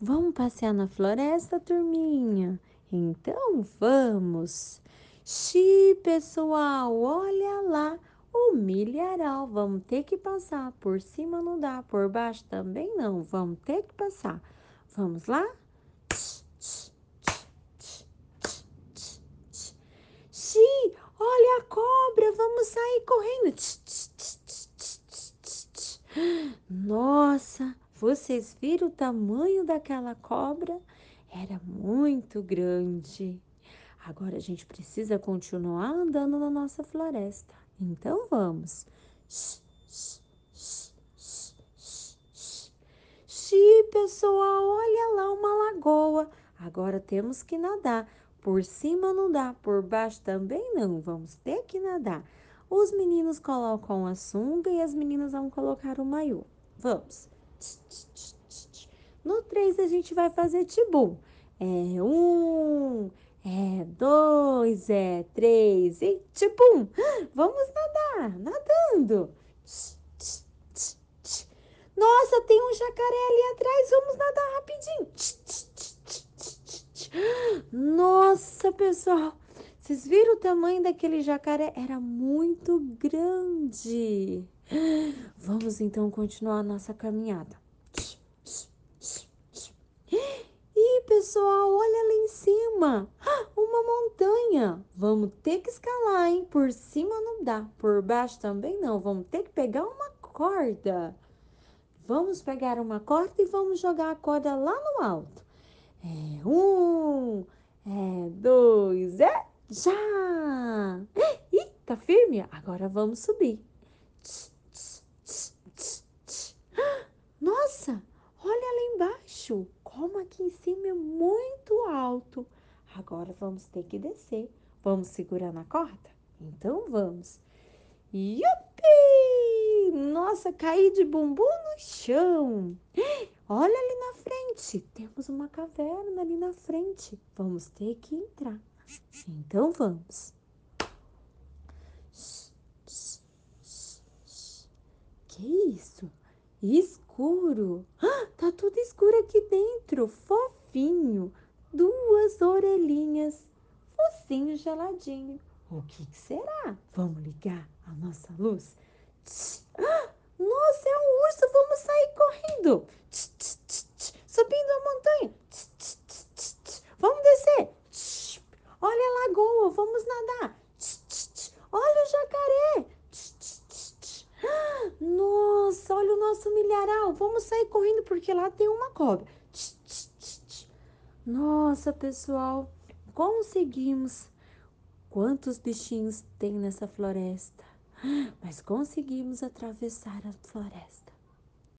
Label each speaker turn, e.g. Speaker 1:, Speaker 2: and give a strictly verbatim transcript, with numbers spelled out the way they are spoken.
Speaker 1: Vamos passear na floresta, turminha? Então vamos! Xiii, pessoal, olha lá o milharal. Vamos ter que passar. Por cima não dá, por baixo também não. Vamos ter que passar. Vamos lá? Xiii, olha a cobra. Vamos sair correndo. Nossa, vocês viram o tamanho daquela cobra? Era muito grande. Agora a gente precisa continuar andando na nossa floresta. Então vamos. Xiii, pessoal, olha lá uma lagoa. Agora temos que nadar. Por cima não dá, por baixo também não. Vamos ter que nadar. Os meninos colocam a sunga e as meninas vão colocar o maiô. Vamos. No três a gente vai fazer tibum. É um, é dois, é três e tibum. Vamos nadar, nadando. Nossa, tem um jacaré ali atrás. Vamos nadar rapidinho. Nossa, pessoal. Vocês viram o tamanho daquele jacaré? Era muito grande. Vamos então continuar a nossa caminhada. Ih, pessoal, olha lá em cima. Uma montanha. Vamos ter que escalar, hein? Por cima não dá, por baixo também não. Vamos ter que pegar uma corda. Vamos pegar uma corda e vamos jogar a corda lá no alto. É um, é dois, é já! Ih, tá firme? Agora vamos subir. Nossa, olha lá embaixo, como aqui em cima é muito alto. Agora vamos ter que descer. Vamos segurar na corda? Então vamos. Yupi! Nossa, caí de bumbum no chão. Olha ali na frente, temos uma caverna ali na frente. Vamos ter que entrar. Então vamos. Que isso? Escuro. Ah, tá tudo escuro aqui dentro. Fofinho. Duas orelhinhas. Focinho geladinho. O que que será? Vamos ligar a nossa luz? Ah, nossa, é um urso. Vamos sair correndo. Subindo a montanha. Vamos descer. Olha a lagoa. Vamos nadar. Olha o jacaré. Nossa, olha o nosso milharal. Vamos sair correndo porque lá tem uma cobra. Nossa, pessoal, conseguimos. Quantos bichinhos tem nessa floresta? Mas conseguimos atravessar a floresta.